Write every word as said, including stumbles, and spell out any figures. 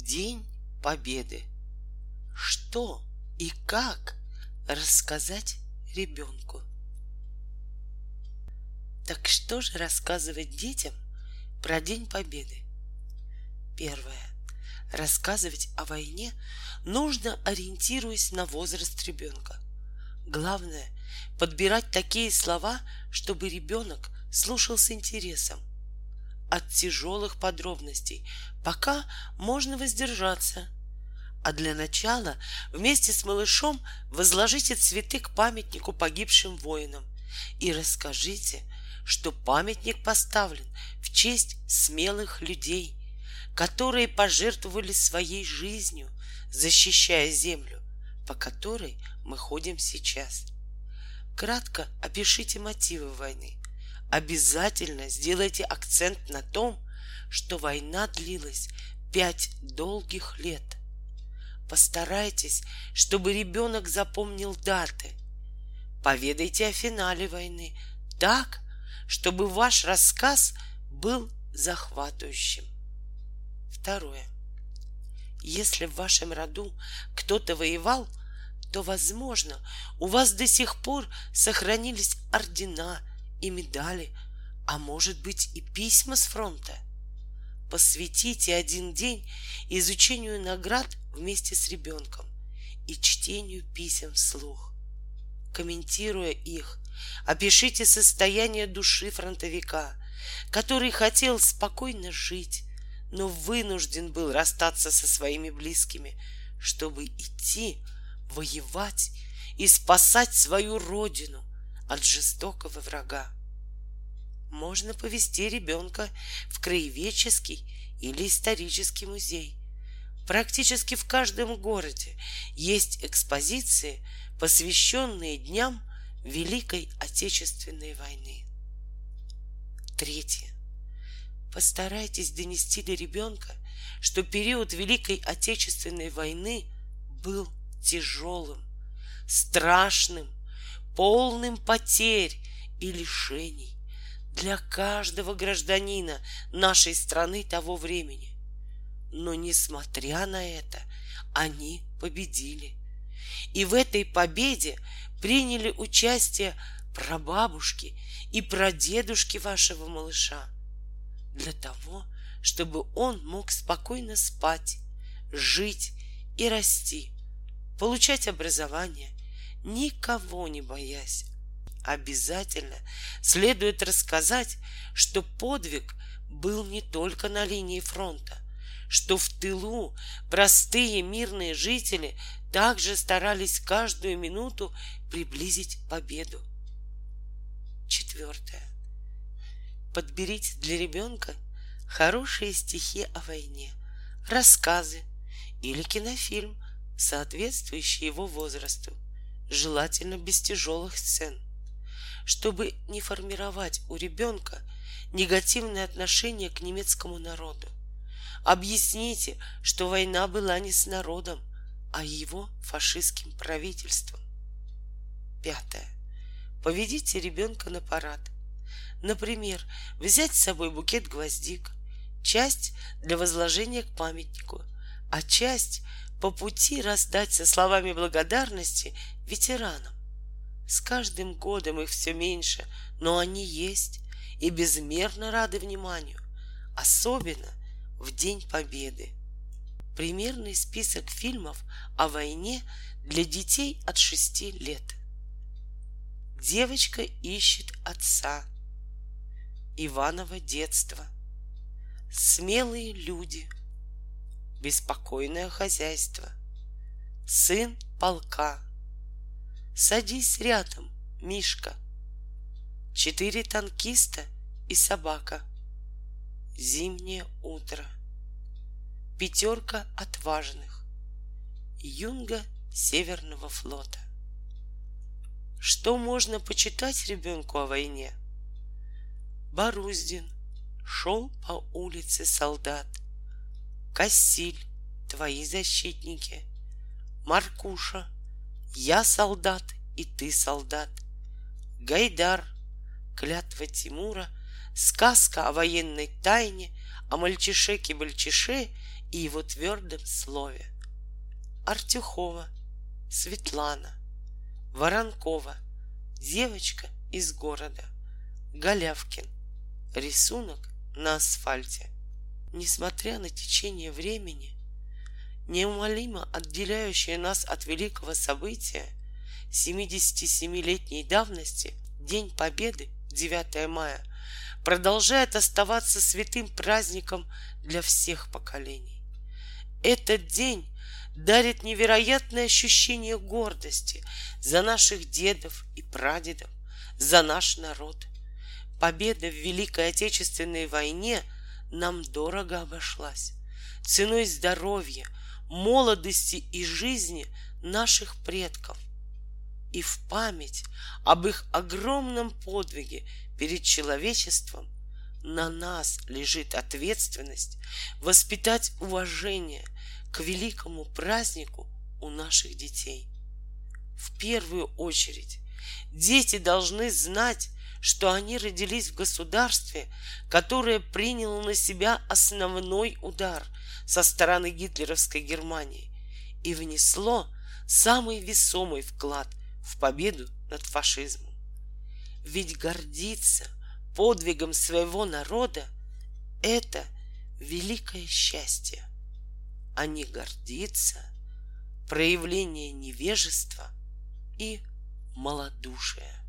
День Победы. Что и как рассказать ребенку? Так что же рассказывать детям про День Победы? Первое. Рассказывать о войне нужно, ориентируясь на возраст ребенка. Главное — подбирать такие слова, чтобы ребенок слушал с интересом. От тяжелых подробностей пока можно воздержаться. А для начала вместе с малышом возложите цветы к памятнику погибшим воинам и расскажите, что памятник поставлен в честь смелых людей, которые пожертвовали своей жизнью, защищая землю, по которой мы ходим сейчас. Кратко опишите мотивы войны. Обязательно сделайте акцент на том, что война длилась пять долгих лет. Постарайтесь, чтобы ребенок запомнил даты. Поведайте о финале войны так, чтобы ваш рассказ был захватывающим. Второе. Если в вашем роду кто-то воевал, то, возможно, у вас до сих пор сохранились ордена и медали, а может быть и письма с фронта. Посвятите один день изучению наград вместе с ребенком и чтению писем вслух. Комментируя их, опишите состояние души фронтовика, который хотел спокойно жить, но вынужден был расстаться со своими близкими, чтобы идти воевать и спасать свою родину от жестокого врага. Можно повести ребенка в краеведческий или исторический музей. Практически в каждом городе есть экспозиции, посвященные дням Великой Отечественной войны. Третье. Постарайтесь донести до ребенка, что период Великой Отечественной войны был тяжелым, страшным, полным потерь и лишений для каждого гражданина нашей страны того времени. Но, несмотря на это, они победили. И в этой победе приняли участие прабабушки и прадедушки вашего малыша, для того, чтобы он мог спокойно спать, жить и расти, получать образование, никого не боясь. Обязательно следует рассказать, что подвиг был не только на линии фронта, что в тылу простые мирные жители также старались каждую минуту приблизить победу. Четвертое. Подберите для ребенка хорошие стихи о войне, рассказы или кинофильм, соответствующий его возрасту, желательно без тяжелых сцен, чтобы не формировать у ребенка негативное отношение к немецкому народу. Объясните, что война была не с народом, а его фашистским правительством. Пятое. Поведите ребенка на парад. Например, взять с собой букет гвоздик, часть для возложения к памятнику, а часть по пути раздать со словами благодарности ветеранам. С каждым годом их все меньше, но они есть и безмерно рады вниманию, особенно в День Победы. Примерный список фильмов о войне для детей от шести лет. Девочка ищет отца. Иваново детство. Смелые люди. Беспокойное хозяйство. Сын полка. Садись рядом, Мишка. Четыре танкиста и собака. Зимнее утро. Пятерка отважных. Юнга Северного флота. Что можно почитать ребенку о войне? Боруздин. Шел по улице солдат. Кассиль. Твои защитники. Маркуша. Я солдат, и ты солдат. Гайдар. Клятва Тимура. Сказка о военной тайне, о мальчише-кибальчише и его твердом слове. Артюхова Светлана, Воронкова, девочка из города, Голявкин, рисунок на асфальте. Несмотря на течение времени, неумолимо отделяющее нас от великого события, семидесятисемилетней давности, День Победы, девятое мая, продолжает оставаться святым праздником для всех поколений. Этот день дарит невероятное ощущение гордости за наших дедов и прадедов, за наш народ. Победа в Великой Отечественной войне нам дорого обошлась, ценой здоровья, молодости и жизни наших предков. И в память об их огромном подвиге перед человечеством на нас лежит ответственность воспитать уважение к великому празднику у наших детей. В первую очередь дети должны знать, что они родились в государстве, которое приняло на себя основной удар со стороны гитлеровской Германии и внесло самый весомый вклад в победу над фашизмом. Ведь гордиться подвигом своего народа — это великое счастье, а не гордиться — проявление невежества и малодушия.